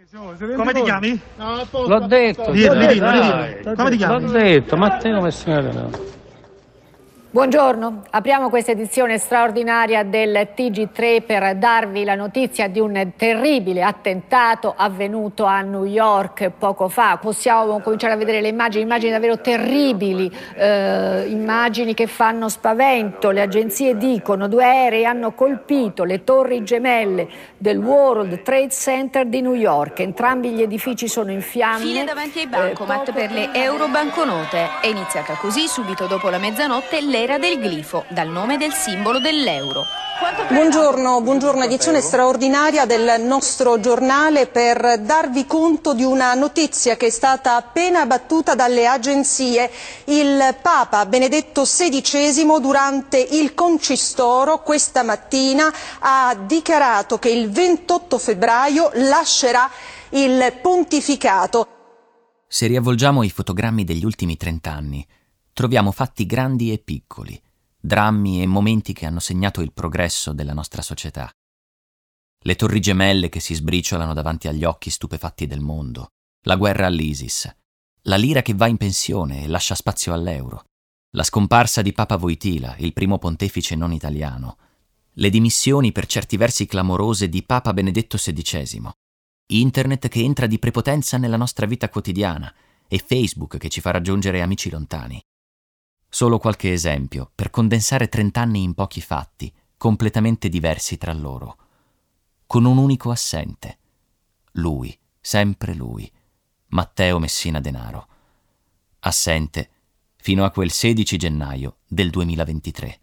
Come ti chiami? L'ho detto. Dillo. Come ti chiami? L'ho detto, Matteo Messina Denaro. Buongiorno, apriamo questa edizione straordinaria del TG3 per darvi la notizia di un terribile attentato avvenuto a New York poco fa. Possiamo cominciare a vedere le immagini davvero terribili, immagini che fanno spavento. Le agenzie dicono 2 aerei hanno colpito le torri gemelle del World Trade Center di New York. Entrambi gli edifici sono in fiamme. File davanti ai bancomat per le eurobanconote. È iniziata così subito dopo la mezzanotte l'era del glifo, dal nome del simbolo dell'euro. Buongiorno, edizione straordinaria del nostro giornale per darvi conto di una notizia che è stata appena battuta dalle agenzie. Il Papa Benedetto XVI durante il concistoro questa mattina ha dichiarato che il 28 febbraio lascerà il pontificato. Se riavvolgiamo i fotogrammi degli ultimi 30 anni, troviamo fatti grandi e piccoli, drammi e momenti che hanno segnato il progresso della nostra società. Le torri gemelle che si sbriciolano davanti agli occhi stupefatti del mondo, la guerra all'ISIS, la lira che va in pensione e lascia spazio all'euro, la scomparsa di Papa Wojtyla, il primo pontefice non italiano, le dimissioni per certi versi clamorose di Papa Benedetto XVI, Internet che entra di prepotenza nella nostra vita quotidiana e Facebook che ci fa raggiungere amici lontani. Solo qualche esempio per condensare 30 anni in pochi fatti, completamente diversi tra loro, con un unico assente. Lui, sempre lui, Matteo Messina Denaro. Assente fino a quel 16 gennaio del 2023.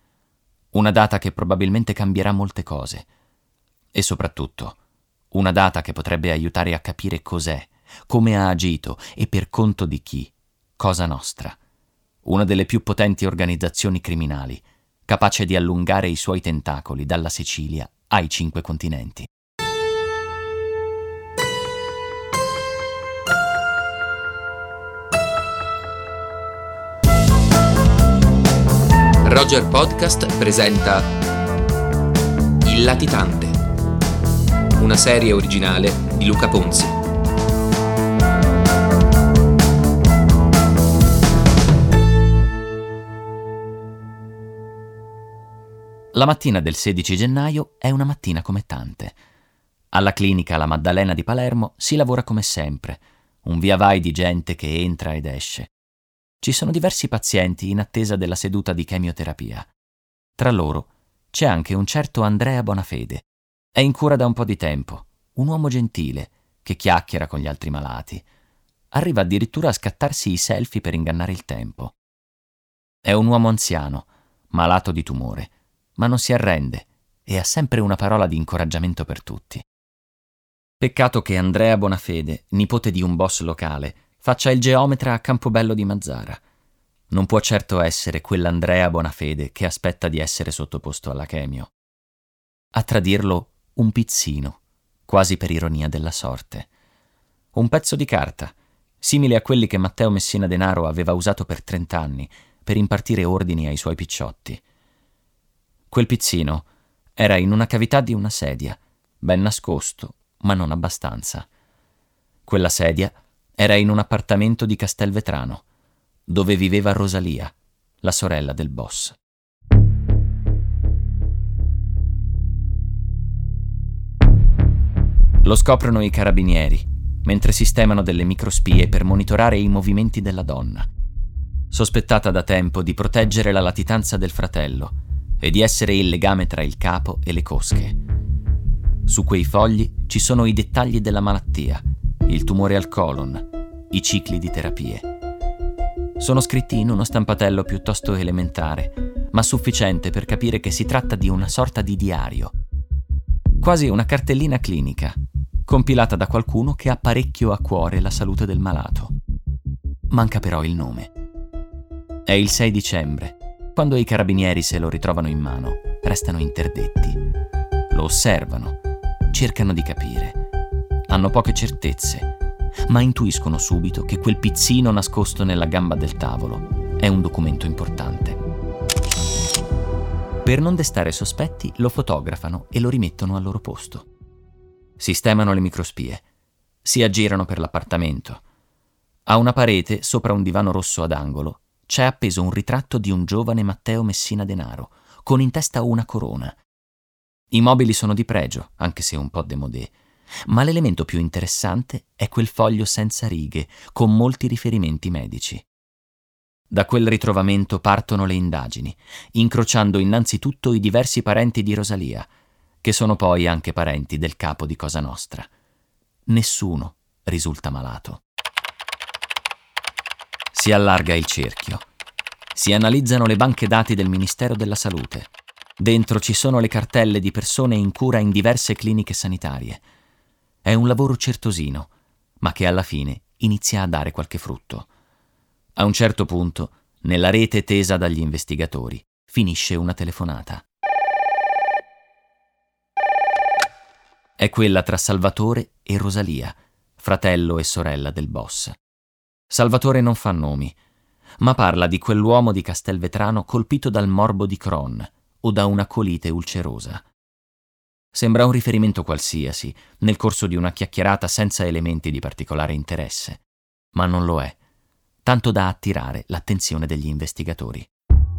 Una data che probabilmente cambierà molte cose e soprattutto una data che potrebbe aiutare a capire cos'è, come ha agito e per conto di chi, Cosa Nostra. Una delle più potenti organizzazioni criminali, capace di allungare i suoi tentacoli dalla Sicilia ai 5 continenti. Roger Podcast presenta Il Latitante, una serie originale di Luca Ponzi. La mattina del 16 gennaio è una mattina come tante. Alla clinica La Maddalena di Palermo si lavora come sempre, un via vai di gente che entra ed esce. Ci sono diversi pazienti in attesa della seduta di chemioterapia. Tra loro c'è anche un certo Andrea Bonafede. È in cura da un po' di tempo, un uomo gentile che chiacchiera con gli altri malati. Arriva addirittura a scattarsi i selfie per ingannare il tempo. È un uomo anziano, malato di tumore, ma non si arrende e ha sempre una parola di incoraggiamento per tutti. Peccato che Andrea Bonafede, nipote di un boss locale, faccia il geometra a Campobello di Mazara. Non può certo essere quell'Andrea Bonafede che aspetta di essere sottoposto alla chemio. A tradirlo un pizzino, quasi per ironia della sorte. Un pezzo di carta, simile a quelli che Matteo Messina Denaro aveva usato per 30 anni per impartire ordini ai suoi picciotti. Quel pizzino era in una cavità di una sedia, ben nascosto, ma non abbastanza. Quella sedia era in un appartamento di Castelvetrano, dove viveva Rosalia, la sorella del boss. Lo scoprono i carabinieri, mentre sistemano delle microspie per monitorare i movimenti della donna. Sospettata da tempo di proteggere la latitanza del fratello e di essere il legame tra il capo e le cosche. Su quei fogli ci sono i dettagli della malattia, il tumore al colon, i cicli di terapie. Sono scritti in uno stampatello piuttosto elementare, ma sufficiente per capire che si tratta di una sorta di diario. Quasi una cartellina clinica, compilata da qualcuno che ha parecchio a cuore la salute del malato. Manca però il nome. È il 6 dicembre. Quando i carabinieri se lo ritrovano in mano, restano interdetti. Lo osservano, cercano di capire. Hanno poche certezze, ma intuiscono subito che quel pizzino nascosto nella gamba del tavolo è un documento importante. Per non destare sospetti, lo fotografano e lo rimettono al loro posto. Sistemano le microspie si aggirano per l'appartamento. A una parete, sopra un divano rosso ad angolo, c'è appeso un ritratto di un giovane Matteo Messina Denaro, con in testa una corona. I mobili sono di pregio, anche se un po' démodé, ma l'elemento più interessante è quel foglio senza righe, con molti riferimenti medici. Da quel ritrovamento partono le indagini, incrociando innanzitutto i diversi parenti di Rosalia, che sono poi anche parenti del capo di Cosa Nostra. Nessuno risulta malato. Si allarga il cerchio. Si analizzano le banche dati del Ministero della Salute. Dentro ci sono le cartelle di persone in cura in diverse cliniche sanitarie. È un lavoro certosino, ma che alla fine inizia a dare qualche frutto. A un certo punto, nella rete tesa dagli investigatori, finisce una telefonata. È quella tra Salvatore e Rosalia, fratello e sorella del boss. Salvatore non fa nomi, ma parla di quell'uomo di Castelvetrano colpito dal morbo di Crohn o da una colite ulcerosa. Sembra un riferimento qualsiasi, nel corso di una chiacchierata senza elementi di particolare interesse, ma non lo è, tanto da attirare l'attenzione degli investigatori.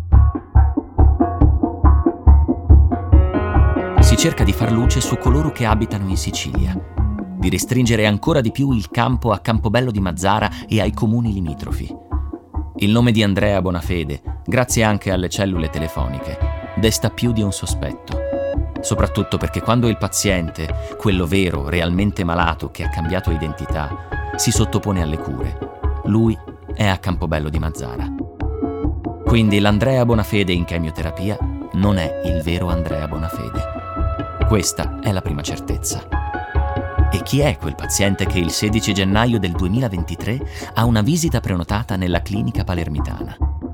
Si cerca di far luce su coloro che abitano in Sicilia, di restringere ancora di più il campo a Campobello di Mazara e ai comuni limitrofi. Il nome di Andrea Bonafede, grazie anche alle cellule telefoniche, desta più di un sospetto, soprattutto perché quando il paziente, quello vero, realmente malato che ha cambiato identità, si sottopone alle cure, lui è a Campobello di Mazara. Quindi l'Andrea Bonafede in chemioterapia non è il vero Andrea Bonafede. Questa è la prima certezza. E chi è quel paziente che il 16 gennaio del 2023 ha una visita prenotata nella clinica palermitana?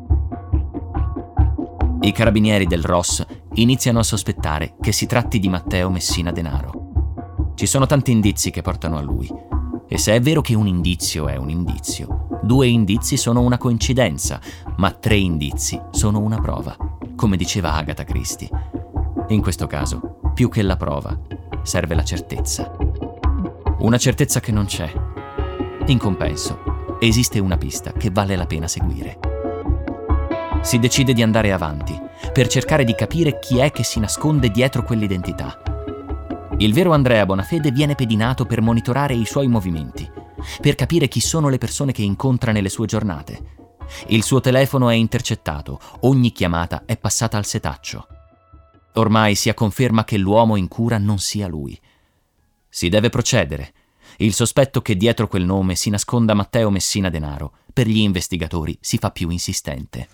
I carabinieri del ROS iniziano a sospettare che si tratti di Matteo Messina Denaro. Ci sono tanti indizi che portano a lui. E se è vero che un indizio è un indizio, 2 indizi sono una coincidenza, ma 3 indizi sono una prova, come diceva Agatha Christie. In questo caso, più che la prova, serve la certezza. Una certezza che non c'è. In compenso, esiste una pista che vale la pena seguire. Si decide di andare avanti, per cercare di capire chi è che si nasconde dietro quell'identità. Il vero Andrea Bonafede viene pedinato per monitorare i suoi movimenti, per capire chi sono le persone che incontra nelle sue giornate. Il suo telefono è intercettato, ogni chiamata è passata al setaccio. Ormai si conferma che l'uomo in cura non sia lui. Si deve procedere. Il sospetto che dietro quel nome si nasconda Matteo Messina Denaro, per gli investigatori si fa più insistente.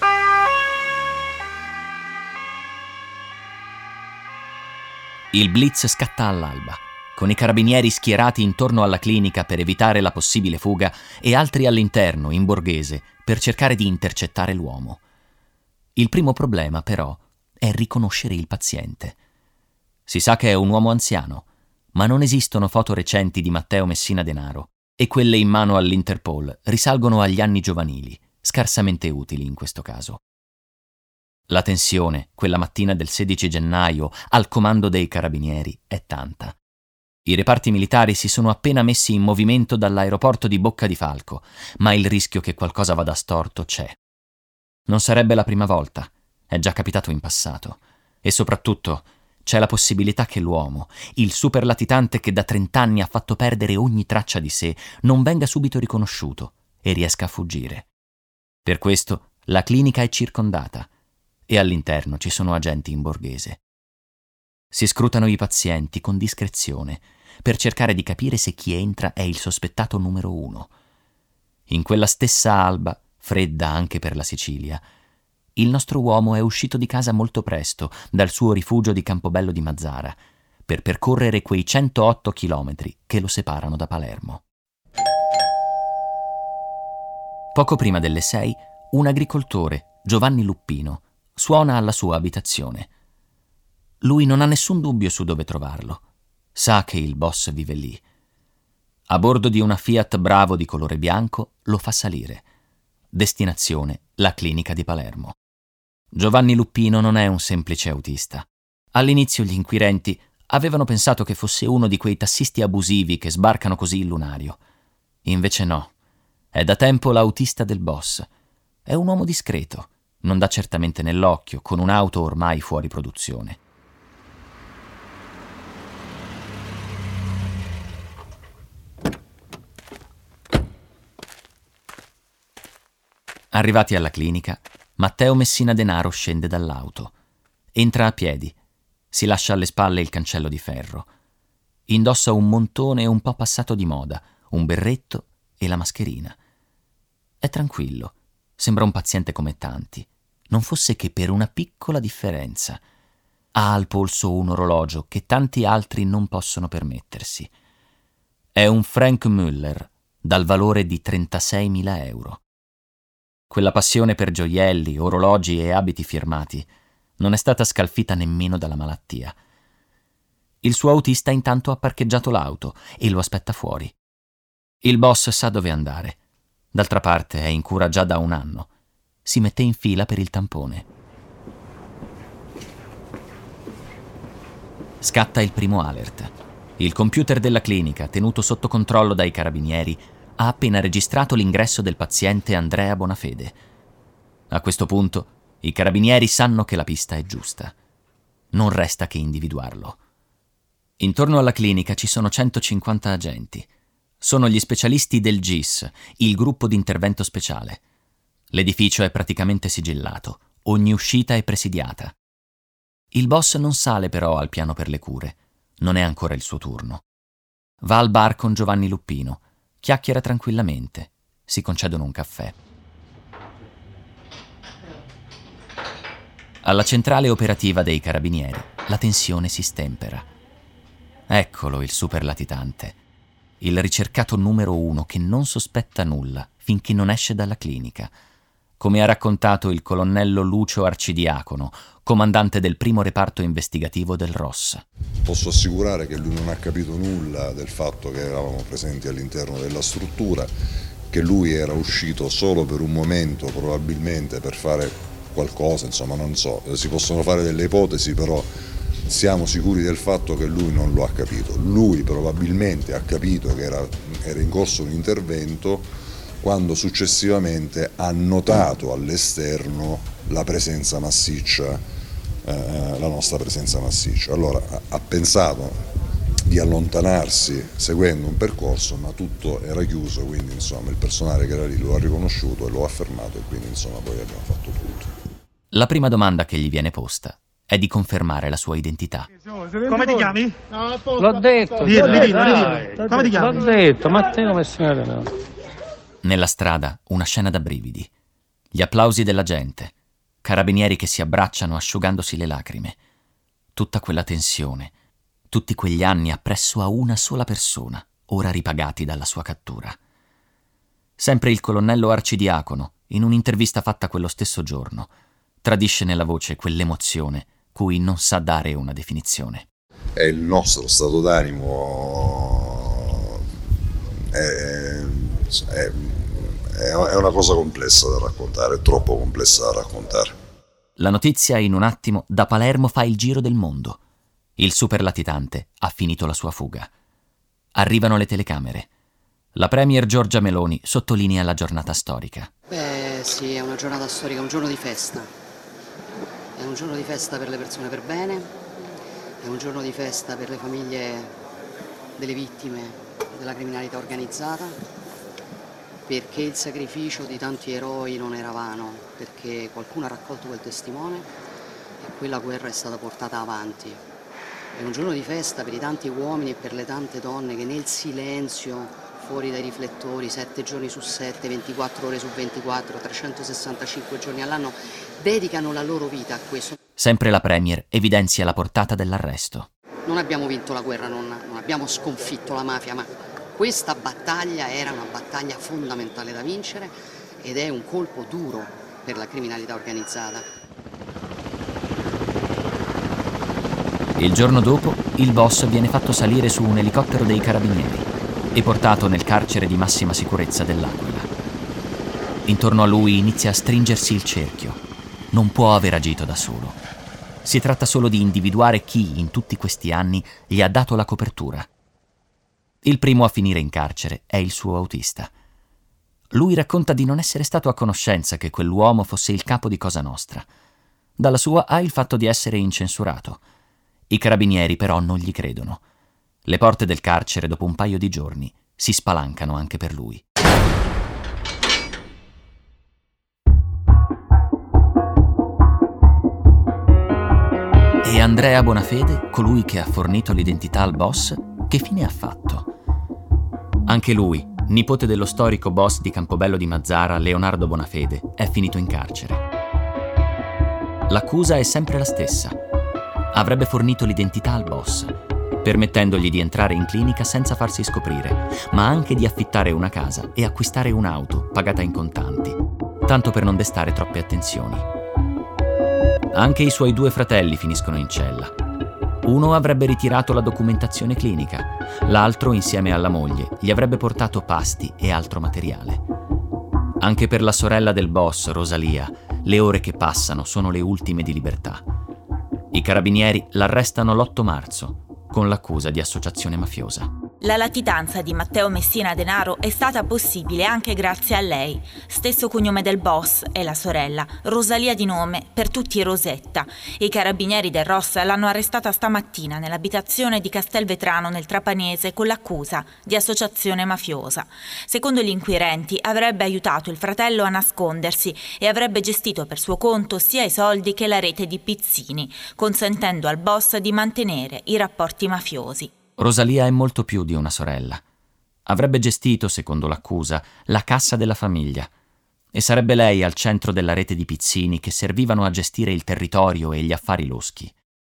Il blitz scatta all'alba, con i carabinieri schierati intorno alla clinica per evitare la possibile fuga e altri all'interno, in borghese, per cercare di intercettare l'uomo. Il primo problema, però, è riconoscere il paziente. Si sa che è un uomo anziano, ma non esistono foto recenti di Matteo Messina Denaro e quelle in mano all'Interpol risalgono agli anni giovanili, scarsamente utili in questo caso. La tensione, quella mattina del 16 gennaio, al comando dei carabinieri, è tanta. I reparti militari si sono appena messi in movimento dall'aeroporto di Bocca di Falco, ma il rischio che qualcosa vada storto c'è. Non sarebbe la prima volta, è già capitato in passato, e soprattutto c'è la possibilità che l'uomo, il superlatitante che da 30 anni ha fatto perdere ogni traccia di sé, non venga subito riconosciuto e riesca a fuggire. Per questo la clinica è circondata e all'interno ci sono agenti in borghese. Si scrutano i pazienti con discrezione per cercare di capire se chi entra è il sospettato numero 1. In quella stessa alba, fredda anche per la Sicilia, il nostro uomo è uscito di casa molto presto dal suo rifugio di Campobello di Mazara per percorrere quei 108 chilometri che lo separano da Palermo. Poco prima delle 6, un agricoltore, Giovanni Luppino, suona alla sua abitazione. Lui non ha nessun dubbio su dove trovarlo. Sa che il boss vive lì. A bordo di una Fiat Bravo di colore bianco lo fa salire. Destinazione, la clinica di Palermo. Giovanni Luppino non è un semplice autista. All'inizio gli inquirenti Avevano pensato che fosse uno di quei tassisti abusivi che sbarcano così il lunario. Invece no. È da tempo l'autista del boss. È un uomo discreto. Non dà certamente nell'occhio, con un'auto ormai fuori produzione. Arrivati alla clinica, Matteo Messina Denaro scende dall'auto. Entra a piedi. Si lascia alle spalle il cancello di ferro. Indossa un montone un po' passato di moda, un berretto e la mascherina. È tranquillo. Sembra un paziente come tanti. Non fosse che per una piccola differenza. Ha al polso un orologio che tanti altri non possono permettersi. È un Frank Müller, dal valore di 36.000 euro. Quella passione per gioielli, orologi e abiti firmati non è stata scalfita nemmeno dalla malattia. Il suo autista intanto ha parcheggiato l'auto e lo aspetta fuori. Il boss sa dove andare. D'altra parte è in cura già da 1 anno. Si mette in fila per il tampone. Scatta il primo alert. Il computer della clinica, tenuto sotto controllo dai carabinieri, ha appena registrato l'ingresso del paziente Andrea Bonafede. A questo punto, i carabinieri sanno che la pista è giusta. Non resta che individuarlo. Intorno alla clinica ci sono 150 agenti. Sono gli specialisti del GIS, il gruppo di intervento speciale. L'edificio è praticamente sigillato, ogni uscita è presidiata. Il boss non sale però al piano per le cure. Non è ancora il suo turno. Va al bar con Giovanni Luppino, chiacchiera tranquillamente, si concedono un caffè. Alla centrale operativa dei carabinieri la tensione si stempera. Eccolo il super latitante, il ricercato numero 1 che non sospetta nulla finché non esce dalla clinica, come ha raccontato il colonnello Lucio Arcidiacono, comandante del primo reparto investigativo del ROS. Posso assicurare che lui non ha capito nulla del fatto che eravamo presenti all'interno della struttura, che lui era uscito solo per un momento, probabilmente per fare qualcosa, insomma non so, si possono fare delle ipotesi, però siamo sicuri del fatto che lui non lo ha capito. Lui probabilmente ha capito che era in corso un intervento quando successivamente ha notato all'esterno la presenza massiccia, la nostra presenza massiccia. Allora ha pensato di allontanarsi seguendo un percorso, ma tutto era chiuso, quindi insomma il personale che era lì lo ha riconosciuto e lo ha fermato, e quindi insomma poi abbiamo fatto tutto. La prima domanda che gli viene posta è di confermare la sua identità. Come ti chiami? L'ho detto. Dillo. Come ti chiami? L'ho detto, Matteo Messina Denaro. Nella strada una scena da brividi. Gli applausi della gente. Carabinieri che si abbracciano asciugandosi le lacrime. Tutta quella tensione. Tutti quegli anni appresso a una sola persona, ora ripagati dalla sua cattura. Sempre il colonnello Arcidiacono, in un'intervista fatta quello stesso giorno, tradisce nella voce quell'emozione cui non sa dare una definizione. È il nostro stato d'animo, è una cosa complessa da raccontare, è troppo complessa da raccontare. La notizia in un attimo da Palermo fa il giro del mondo. Il superlatitante ha finito la sua fuga. Arrivano le telecamere. La premier Giorgia Meloni sottolinea la giornata storica. Beh sì, è una giornata storica, un giorno di festa. È un giorno di festa per le persone per bene, è un giorno di festa per le famiglie delle vittime della criminalità organizzata, perché il sacrificio di tanti eroi non era vano, perché qualcuno ha raccolto quel testimone e quella guerra è stata portata avanti. È un giorno di festa per i tanti uomini e per le tante donne che nel silenzio, fuori dai riflettori, 7 giorni su 7, 24 ore su 24, 365 giorni all'anno, dedicano la loro vita a questo. Sempre la premier evidenzia la portata dell'arresto. Non abbiamo vinto la guerra, non abbiamo sconfitto la mafia, ma questa battaglia era una battaglia fondamentale da vincere ed è un colpo duro per la criminalità organizzata. Il giorno dopo, il boss viene fatto salire su un elicottero dei carabinieri e portato nel carcere di massima sicurezza dell'Aquila. Intorno a lui inizia a stringersi il cerchio. Non può aver agito da solo. Si tratta solo di individuare chi, in tutti questi anni, gli ha dato la copertura. Il primo a finire in carcere è il suo autista. Lui racconta di non essere stato a conoscenza che quell'uomo fosse il capo di Cosa Nostra. Dalla sua ha il fatto di essere incensurato. I carabinieri però non gli credono. Le porte del carcere dopo un paio di giorni si spalancano anche per lui. E Andrea Bonafede, colui che ha fornito l'identità al boss, che fine ha fatto? Anche lui, nipote dello storico boss di Campobello di Mazara, Leonardo Bonafede, è finito in carcere. L'accusa è sempre la stessa. Avrebbe fornito l'identità al boss, permettendogli di entrare in clinica senza farsi scoprire, ma anche di affittare una casa e acquistare un'auto pagata in contanti, tanto per non destare troppe attenzioni. Anche i suoi 2 fratelli finiscono in cella. Uno avrebbe ritirato la documentazione clinica, l'altro, insieme alla moglie, gli avrebbe portato pasti e altro materiale. Anche per la sorella del boss, Rosalia, le ore che passano sono le ultime di libertà. I carabinieri l'arrestano l'8 marzo, con l'accusa di associazione mafiosa. La latitanza di Matteo Messina Denaro è stata possibile anche grazie a lei, stesso cognome del boss e la sorella, Rosalia di nome, per tutti Rosetta. I carabinieri del Ross l'hanno arrestata stamattina nell'abitazione di Castelvetrano nel Trapanese con l'accusa di associazione mafiosa. Secondo gli inquirenti avrebbe aiutato il fratello a nascondersi e avrebbe gestito per suo conto sia i soldi che la rete di pizzini, consentendo al boss di mantenere i rapporti mafiosi. Rosalia è molto più di una sorella. Avrebbe gestito, secondo l'accusa, la cassa della famiglia e sarebbe lei al centro della rete di pizzini che servivano a gestire il territorio e gli affari loschi.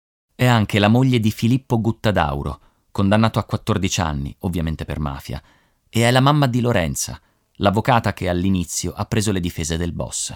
È anche la moglie di Filippo Guttadauro, condannato a 14 anni, ovviamente per mafia, e è la mamma di Lorenza, l'avvocata che all'inizio ha preso le difese del boss.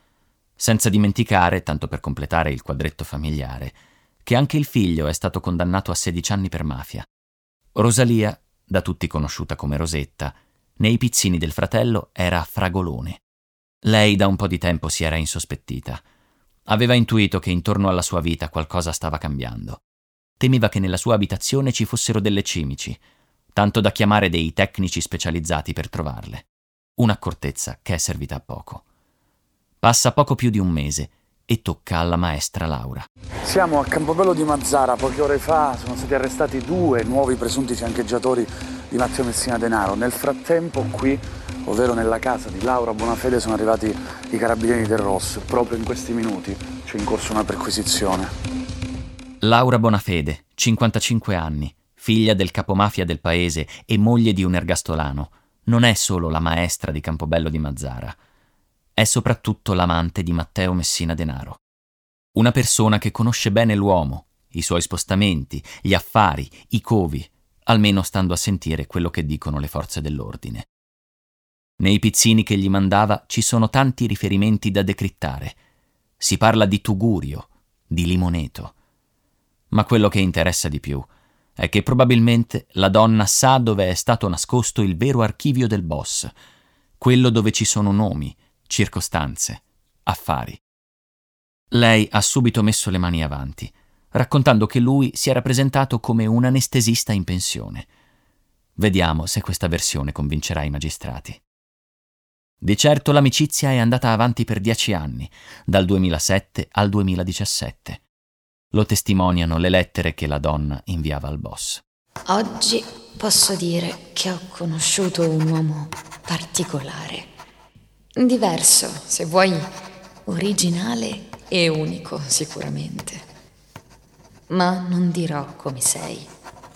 Senza dimenticare, tanto per completare il quadretto familiare, che anche il figlio è stato condannato a 16 anni per mafia. Rosalia, da tutti conosciuta come Rosetta, nei pizzini del fratello era fragolone. Lei da un po' di tempo si era insospettita. Aveva intuito che intorno alla sua vita qualcosa stava cambiando. Temeva che nella sua abitazione ci fossero delle cimici, tanto da chiamare dei tecnici specializzati per trovarle. Un'accortezza che è servita a poco. Passa poco più di un mese e tocca alla maestra Laura. Siamo a Campobello di Mazara. Poche ore fa sono stati arrestati 2 nuovi presunti fiancheggiatori di Matteo Messina Denaro. Nel frattempo qui, ovvero nella casa di Laura Bonafede, sono arrivati i carabinieri del Ross. Proprio in questi minuti c'è in corso una perquisizione. Laura Bonafede, 55 anni, figlia del capomafia del paese e moglie di un ergastolano, non è solo la maestra di Campobello di Mazara. È soprattutto l'amante di Matteo Messina Denaro. Una persona che conosce bene l'uomo, i suoi spostamenti, gli affari, i covi, almeno stando a sentire quello che dicono le forze dell'ordine. Nei pizzini che gli mandava ci sono tanti riferimenti da decrittare. Si parla di tugurio, di limoneto. Ma quello che interessa di più è che probabilmente la donna sa dove è stato nascosto il vero archivio del boss, quello dove ci sono nomi, circostanze, affari. Lei ha subito messo le mani avanti, raccontando che lui si era presentato come un anestesista in pensione. Vediamo se questa versione convincerà i magistrati. Di certo l'amicizia è andata avanti per 10 anni, dal 2007 al 2017. Lo testimoniano le lettere che la donna inviava al boss. Oggi posso dire che ho conosciuto un uomo particolare. Diverso, se vuoi, originale e unico sicuramente. Ma non dirò come sei.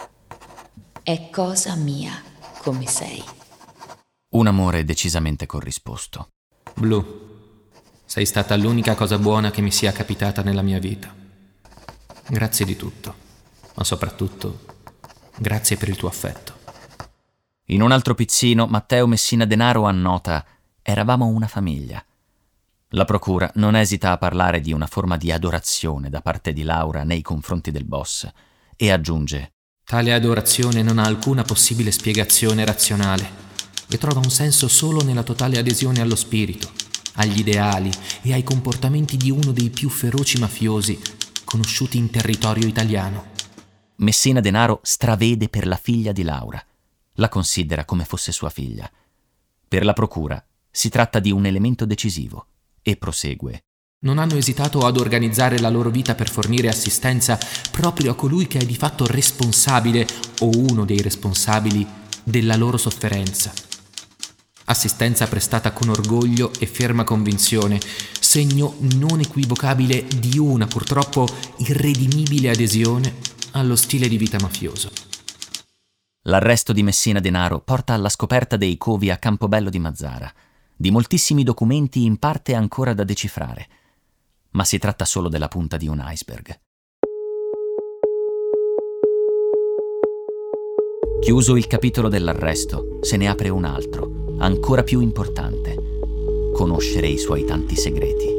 È cosa mia come sei. Un amore decisamente corrisposto. Blu, sei stata l'unica cosa buona che mi sia capitata nella mia vita. Grazie di tutto, ma soprattutto grazie per il tuo affetto. In un altro pizzino, Matteo Messina Denaro annota: eravamo una famiglia. La procura non esita a parlare di una forma di adorazione da parte di Laura nei confronti del boss e aggiunge: tale adorazione non ha alcuna possibile spiegazione razionale e trova un senso solo nella totale adesione allo spirito, agli ideali e ai comportamenti di uno dei più feroci mafiosi conosciuti in territorio italiano. Messina Denaro stravede per la figlia di Laura. La considera come fosse sua figlia. Per la procura si tratta di un elemento decisivo e prosegue. Non hanno esitato ad organizzare la loro vita per fornire assistenza proprio a colui che è di fatto responsabile o uno dei responsabili della loro sofferenza. Assistenza prestata con orgoglio e ferma convinzione, segno non equivocabile di una purtroppo irredimibile adesione allo stile di vita mafioso. L'arresto di Messina Denaro porta alla scoperta dei covi a Campobello di Mazara, di moltissimi documenti in parte ancora da decifrare, ma si tratta solo della punta di un iceberg. Chiuso il capitolo dell'arresto, se ne apre un altro, ancora più importante: conoscere i suoi tanti segreti.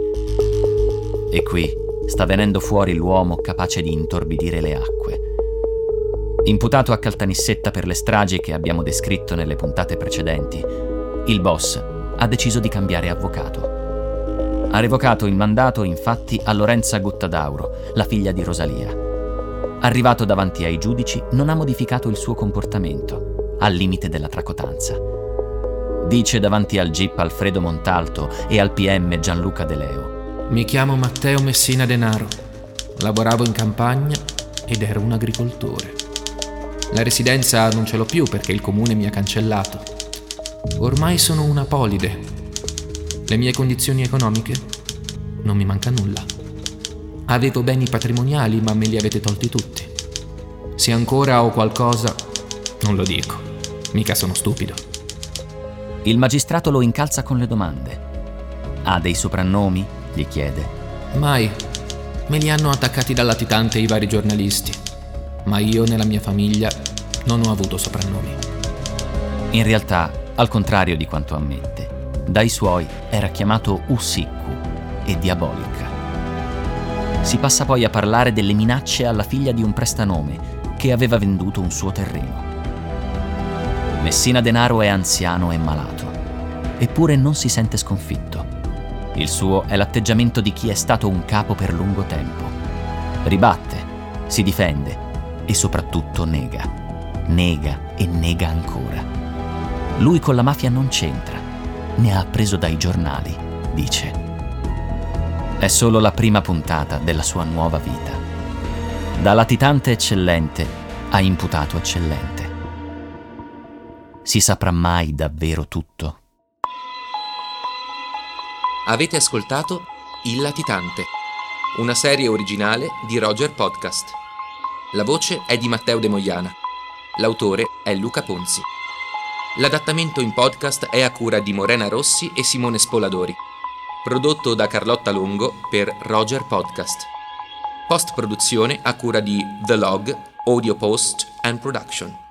E qui sta venendo fuori l'uomo capace di intorbidire le acque. Imputato a Caltanissetta per le stragi che abbiamo descritto nelle puntate precedenti, il boss ha deciso di cambiare avvocato. Ha revocato il mandato, infatti, a Lorenza Guttadauro, la figlia di Rosalia. Arrivato davanti ai giudici, non ha modificato il suo comportamento, al limite della tracotanza. Dice davanti al GIP Alfredo Montalto e al PM Gianluca De Leo: Mi chiamo Matteo Messina Denaro, lavoravo in campagna ed ero un agricoltore. La residenza non ce l'ho più perché il comune mi ha cancellato. Ormai sono un apolide. Le mie condizioni economiche? Non mi manca nulla. Avevo beni patrimoniali, ma me li avete tolti tutti. Se ancora ho qualcosa, non lo dico. Mica sono stupido. Il magistrato lo incalza con le domande. Ha dei soprannomi? Gli chiede. Mai. Me li hanno attaccati dal latitante i vari giornalisti. Ma io nella mia famiglia non ho avuto soprannomi. In realtà, al contrario di quanto ammette, dai suoi era chiamato Ussiccu e Diabolica. Si passa poi a parlare delle minacce alla figlia di un prestanome che aveva venduto un suo terreno. Messina Denaro è anziano e malato, eppure non si sente sconfitto. Il suo è l'atteggiamento di chi è stato un capo per lungo tempo. Ribatte, si difende e soprattutto nega. Nega e nega ancora. Lui con la mafia non c'entra, ne ha appreso dai giornali, dice. È solo la prima puntata della sua nuova vita. Da latitante eccellente a imputato eccellente. Si saprà mai davvero tutto? Avete ascoltato Il Latitante, una serie originale di Roger Podcast. La voce è di Matteo De Moiana. L'autore è Luca Ponzi. L'adattamento in podcast è a cura di Morena Rossi e Simone Spoladori. Prodotto da Carlotta Longo per Roger Podcast. Post-produzione a cura di The Log, Audio Post and Production.